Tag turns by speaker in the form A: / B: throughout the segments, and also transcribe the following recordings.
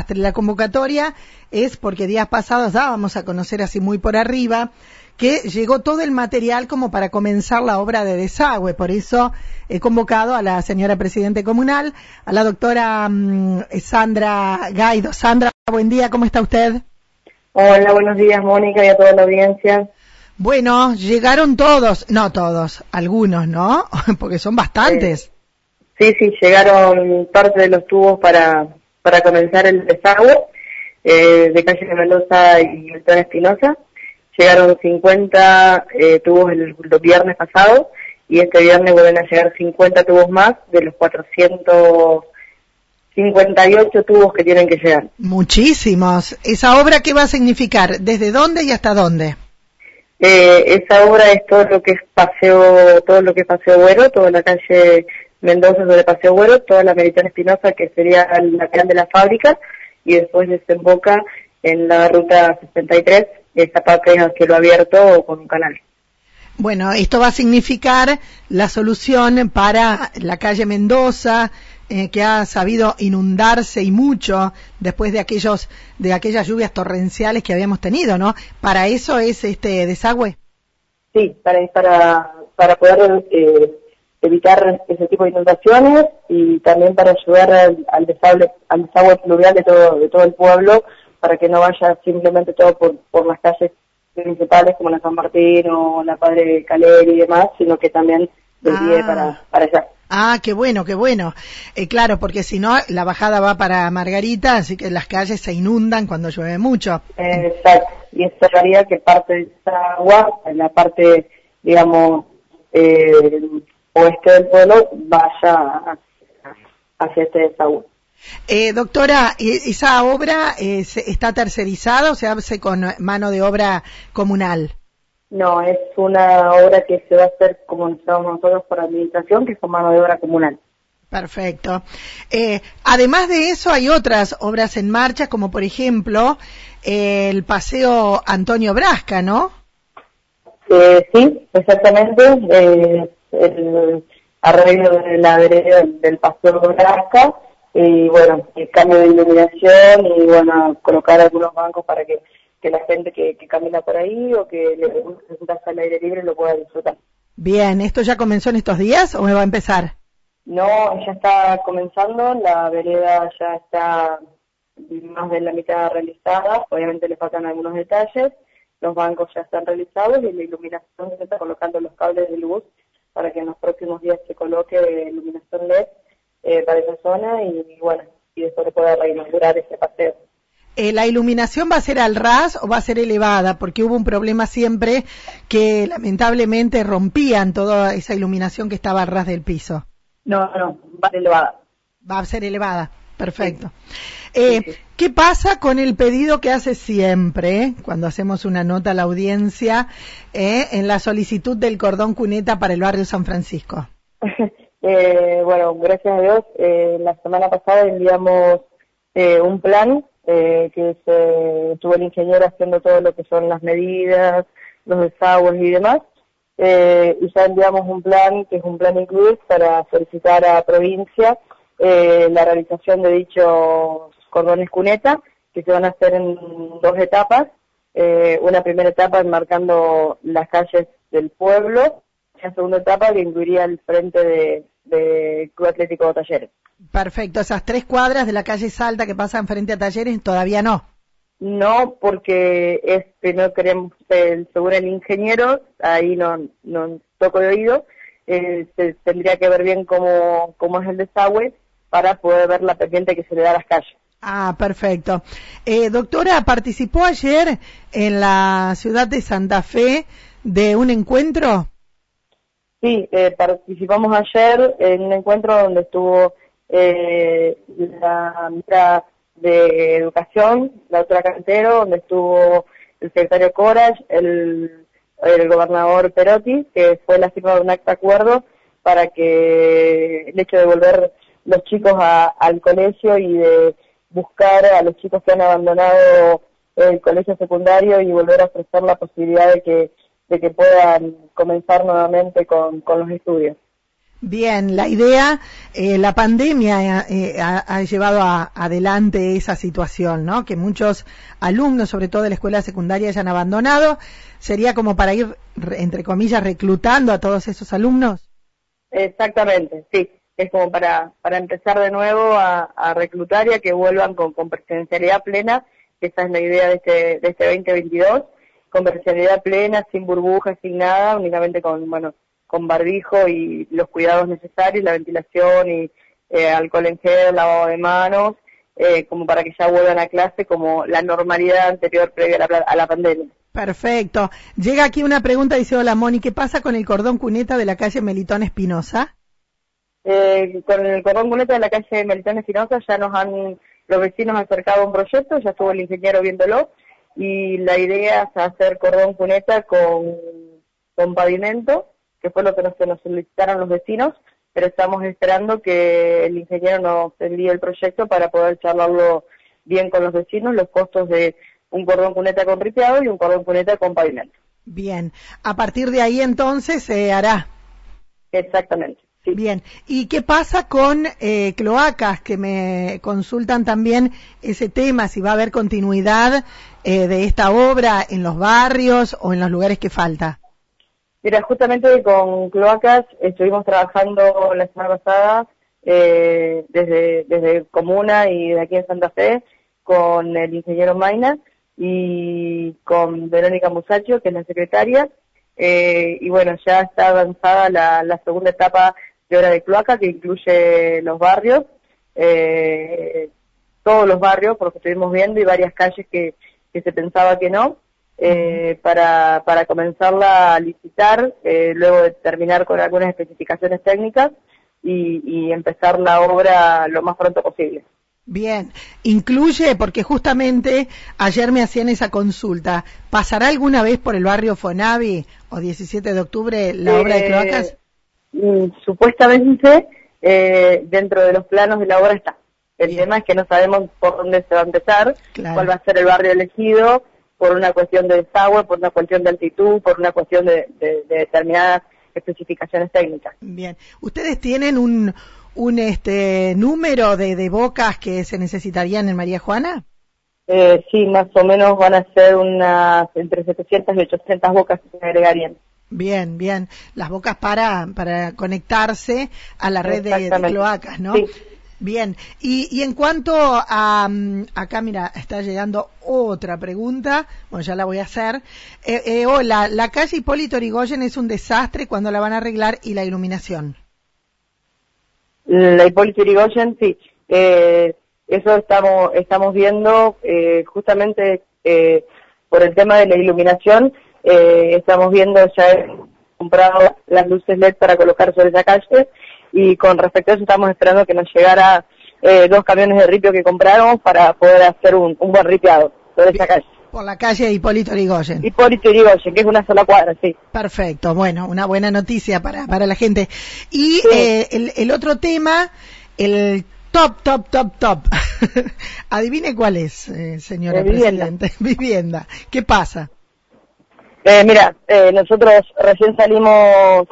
A: La convocatoria es porque días pasados dábamos a conocer así muy por arriba que llegó todo el material como para comenzar la obra de desagüe. Por eso he convocado a la señora presidente comunal, a la doctora Sandra Gaido. Sandra, buen día, ¿cómo está usted?
B: Hola, buenos días, Mónica, y a toda la audiencia.
A: Bueno, llegaron todos, no todos, algunos, ¿no? Porque son bastantes.
B: Sí, llegaron parte de los tubos para comenzar el desagüe de calle de Mendoza y Beltrán Espinosa. Llegaron 50 tubos el viernes pasado y este viernes vuelven a llegar 50 tubos más de los 458 tubos que tienen que llegar.
A: Muchísimos. ¿Esa obra qué va a significar? ¿Desde dónde y hasta dónde?
B: Esa obra es todo lo que es Paseo Güero, toda la calle Mendoza sobre Paseo Güero, toda la Meridiana Espinosa, que sería el lateral de la fábrica, y después desemboca en la ruta 63, esta parte es a cielo abierto con un canal.
A: Bueno, esto va a significar la solución para la calle Mendoza, que ha sabido inundarse y mucho después de aquellas lluvias torrenciales que habíamos tenido, ¿no? ¿Para eso es este desagüe?
B: Sí, para poder evitar ese tipo de inundaciones y también para ayudar al desagüe pluvial de todo el pueblo, para que no vaya simplemente todo por las calles principales como la San Martín o la Padre Caleri y demás, sino que también desvíe para allá.
A: Ah, qué bueno, qué bueno. Claro, porque si no, la bajada va para Margarita, así que las calles se inundan cuando llueve mucho.
B: Exacto, y eso haría que parte de esa agua, en la parte, digamos, oeste del pueblo, vaya hacia este desagüe.
A: Doctora, ¿esa obra está tercerizada o se hace con mano de obra comunal?
B: No, es una obra que se va a hacer, como necesitamos nosotros, por administración, que es con mano de obra comunal.
A: Perfecto. Además de eso, hay otras obras en marcha, como por ejemplo el Paseo Antonio Brasca, ¿no?
B: Sí, exactamente. El arreglo de la vereda del Paseo Brasca, y bueno, el cambio de iluminación, y bueno, colocar algunos bancos para que la gente que camina por ahí o que le gusta sentarse al aire libre lo pueda disfrutar.
A: Bien, ¿esto ya comenzó en estos días o me va a empezar?
B: No, ya está comenzando, la vereda ya está más de la mitad realizada, obviamente le faltan algunos detalles, los bancos ya están realizados y la iluminación se está colocando los cables de luz para que en los próximos días se coloque iluminación LED para esa zona y bueno, y después se pueda reinaugurar ese paseo.
A: ¿La iluminación va a ser al ras o va a ser elevada? Porque hubo un problema siempre que lamentablemente rompían toda esa iluminación que estaba al ras del piso.
B: No, va a ser elevada.
A: Va a ser elevada, perfecto.
B: Sí.
A: ¿Qué pasa con el pedido que hace siempre, cuando hacemos una nota a la audiencia, en la solicitud del cordón cuneta para el barrio San Francisco?
B: Bueno, gracias a Dios, la semana pasada enviamos un plan que estuvo el ingeniero haciendo todo lo que son las medidas, los desagües y demás, y ya enviamos un plan, que es un plan incluido, para solicitar a provincia la realización de dichos cordones cuneta, que se van a hacer en 2 etapas, una primera etapa enmarcando las calles del pueblo, y la segunda etapa que incluiría el frente de Club Atlético Talleres.
A: Perfecto, esas 3 cuadras de la calle Salta que pasan frente a Talleres todavía no.
B: No, porque no queremos, según el ingeniero, ahí no toco de oído, se tendría que ver bien cómo es el desagüe para poder ver la pendiente que se le da a las calles.
A: Ah, perfecto. Doctora, ¿participó ayer en la ciudad de Santa Fe de un encuentro?
B: Sí, participamos ayer en un encuentro donde estuvo la ministra de Educación, la otra Cantero, donde estuvo el secretario Corach, el gobernador Perotti, que fue la firma de un acta de acuerdo para que el hecho de volver los chicos al colegio y de buscar a los chicos que han abandonado el colegio secundario y volver a ofrecer la posibilidad de que puedan comenzar nuevamente con los estudios.
A: Bien, la idea, la pandemia ha llevado adelante esa situación, ¿no? Que muchos alumnos, sobre todo de la escuela secundaria, hayan abandonado. ¿Sería como para ir, entre comillas, reclutando a todos esos alumnos?
B: Exactamente, sí. Es como para empezar de nuevo a reclutar y a que vuelvan con presencialidad plena. Esa es la idea de este 2022, con presencialidad plena, sin burbujas, sin nada, únicamente con barbijo y los cuidados necesarios, la ventilación y alcohol en gel, lavado de manos, como para que ya vuelvan a clase como la normalidad anterior previa a la pandemia.
A: Perfecto. Llega aquí una pregunta, dice: hola Moni, ¿qué pasa con el cordón cuneta de la calle Melitón Espinosa?
B: Con el cordón cuneta de la calle Melitón Espinosa ya los vecinos acercado a un proyecto, ya estuvo el ingeniero viéndolo, y la idea es hacer cordón cuneta con pavimento, que fue lo que nos solicitaron los vecinos, pero estamos esperando que el ingeniero nos envíe el proyecto para poder charlarlo bien con los vecinos, los costos de un cordón cuneta con ripiado y un cordón cuneta con pavimento.
A: Bien, a partir de ahí entonces se hará.
B: Exactamente. Sí.
A: Bien, ¿y qué pasa con cloacas? Que me consultan también ese tema, si va a haber continuidad de esta obra en los barrios o en los lugares que falta.
B: Mira, justamente con cloacas estuvimos trabajando la semana pasada desde Comuna y de aquí en Santa Fe con el ingeniero Maina y con Verónica Musacho, que es la secretaria, y bueno, ya está avanzada la segunda etapa de obra de cloaca, que incluye los barrios, todos los barrios, porque estuvimos viendo, y varias calles que se pensaba que no, para comenzarla a licitar, luego de terminar con algunas especificaciones técnicas y empezar la obra lo más pronto posible.
A: Bien, incluye, porque justamente ayer me hacían esa consulta, ¿pasará alguna vez por el barrio Fonavi o 17 de octubre la obra de cloacas?
B: Supuestamente dentro de los planos de la obra está. El tema es que no sabemos por dónde se va a empezar, cuál va a ser el barrio elegido, por una cuestión de desagüe, por una cuestión de altitud, por una cuestión de determinadas especificaciones técnicas.
A: Bien, ¿ustedes tienen un número de bocas que se necesitarían en María Juana?
B: Sí, más o menos van a ser unas entre 700 y 800 bocas que se agregarían.
A: Bien, bien. Las bocas para conectarse a la red de cloacas, ¿no?
B: Sí.
A: Bien. Y en cuanto a... acá, mira, está llegando otra pregunta. Bueno, ya la voy a hacer. Hola, la calle Hipólito Yrigoyen es un desastre cuando la van a arreglar, y la iluminación.
B: La Hipólito Yrigoyen, sí. Eso estamos viendo justamente por el tema de la iluminación. Estamos viendo, ya he comprado las luces LED para colocar sobre esa calle, y con respecto a eso estamos esperando que nos llegara 2 camiones de ripio que compramos para poder hacer un buen ripiado sobre esa calle.
A: Por la calle Hipólito Yrigoyen.
B: Hipólito Yrigoyen, que es una sola cuadra, sí.
A: Perfecto, bueno, una buena noticia para la gente. Y
B: sí.
A: El otro tema, el top. Adivine cuál es, señora Presidente. Vivienda. ¿Qué pasa?
B: Mira, nosotros recién salimos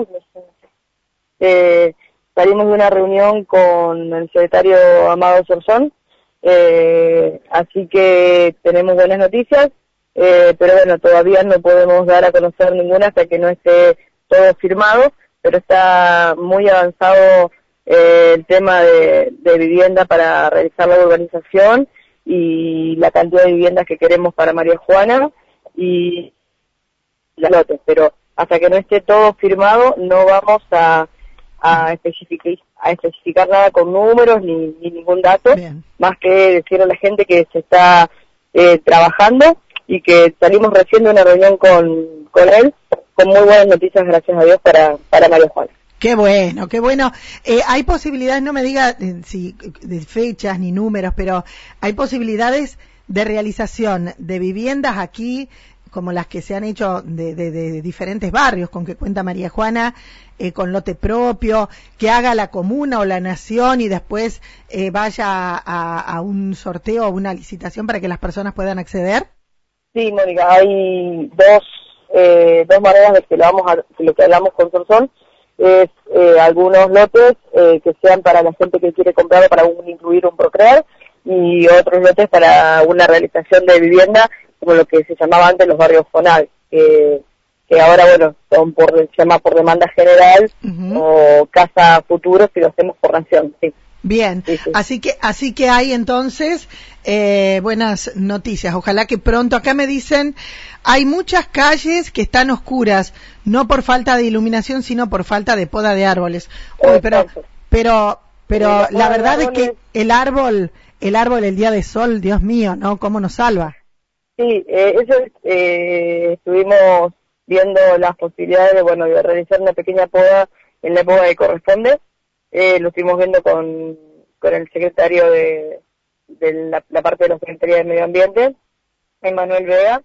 B: de una reunión con el secretario Amado Sorzón, así que tenemos buenas noticias, pero bueno, todavía no podemos dar a conocer ninguna hasta que no esté todo firmado, pero está muy avanzado el tema de vivienda para realizar la urbanización y la cantidad de viviendas que queremos para María Juana y las lotes, pero hasta que no esté todo firmado no vamos a especificar nada con números ni ningún dato. Bien. Más que decirle a la gente que se está trabajando y que salimos recién de una reunión con él con muy buenas noticias, gracias a Dios, para María Juana.
A: Qué bueno, qué bueno. Hay posibilidades, no me diga si de fechas ni números, pero hay posibilidades de realización de viviendas aquí, como las que se han hecho de diferentes barrios con que cuenta María Juana, con lote propio, que haga la comuna o la nación y después vaya a un sorteo o una licitación para que las personas puedan acceder?
B: Sí, Mónica, hay dos maneras de que lo que hablamos con Sorzón. es algunos lotes que sean para la gente que quiere comprar para incluir un procrear, y otros lotes para una realización de vivienda, como lo que se llamaba antes los barrios FONAL, que ahora, bueno, se llama por demanda general, o casa futuro, si lo hacemos por nación, sí.
A: Bien, sí. Así que hay entonces buenas noticias. Ojalá que pronto. Acá me dicen, hay muchas calles que están oscuras, no por falta de iluminación, sino por falta de poda de árboles. Uy, pero la verdad es que el árbol, el día de sol, Dios mío, ¿no? ¿Cómo nos salva?
B: Sí, eso estuvimos viendo las posibilidades de realizar una pequeña poda en la época que corresponde. Lo estuvimos viendo con el secretario de la parte de la Secretaría de Medio Ambiente, Emanuel Vega,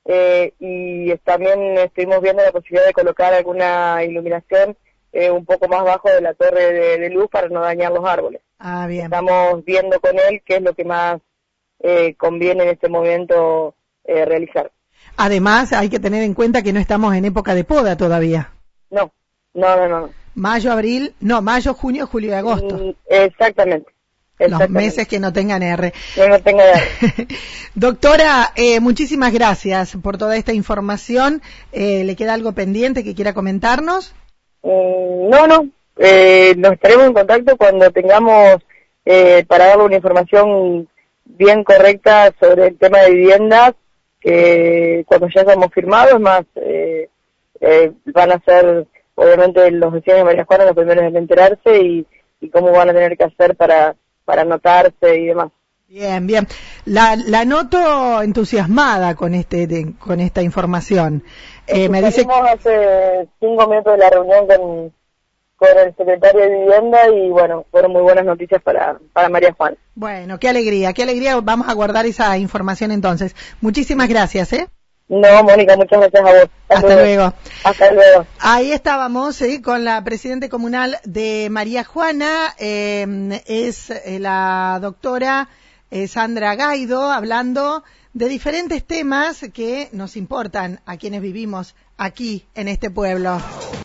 B: y también estuvimos viendo la posibilidad de colocar alguna iluminación un poco más bajo de la torre de luz para no dañar los árboles.
A: Ah, bien.
B: Estamos viendo con él qué es lo que más conviene en este momento realizar.
A: Además, hay que tener en cuenta que no estamos en época de poda todavía.
B: No.
A: Mayo, junio, julio y agosto.
B: Exactamente.
A: Los meses que no tengan R.
B: Que no tengan R.
A: Doctora, muchísimas gracias por toda esta información. ¿Le queda algo pendiente que quiera comentarnos?
B: No. Nos estaremos en contacto cuando tengamos para darle una información bien correcta sobre el tema de viviendas, que cuando ya hayamos firmado, es más, van a ser obviamente los vecinos de María Juana los primeros en enterarse y cómo van a tener que hacer para anotarse y demás.
A: Bien. La noto entusiasmada con esta información. Me dice
B: hace 5 minutos de la reunión con el secretario de Vivienda y bueno, fueron muy buenas noticias para María Juana.
A: Bueno, qué alegría. Vamos a guardar esa información entonces. Muchísimas gracias,
B: No, Mónica, muchas gracias a vos.
A: Hasta luego.
B: Hasta luego.
A: Ahí estábamos con la presidenta comunal de María Juana, es la doctora Sandra Gaido, hablando de diferentes temas que nos importan a quienes vivimos aquí en este pueblo.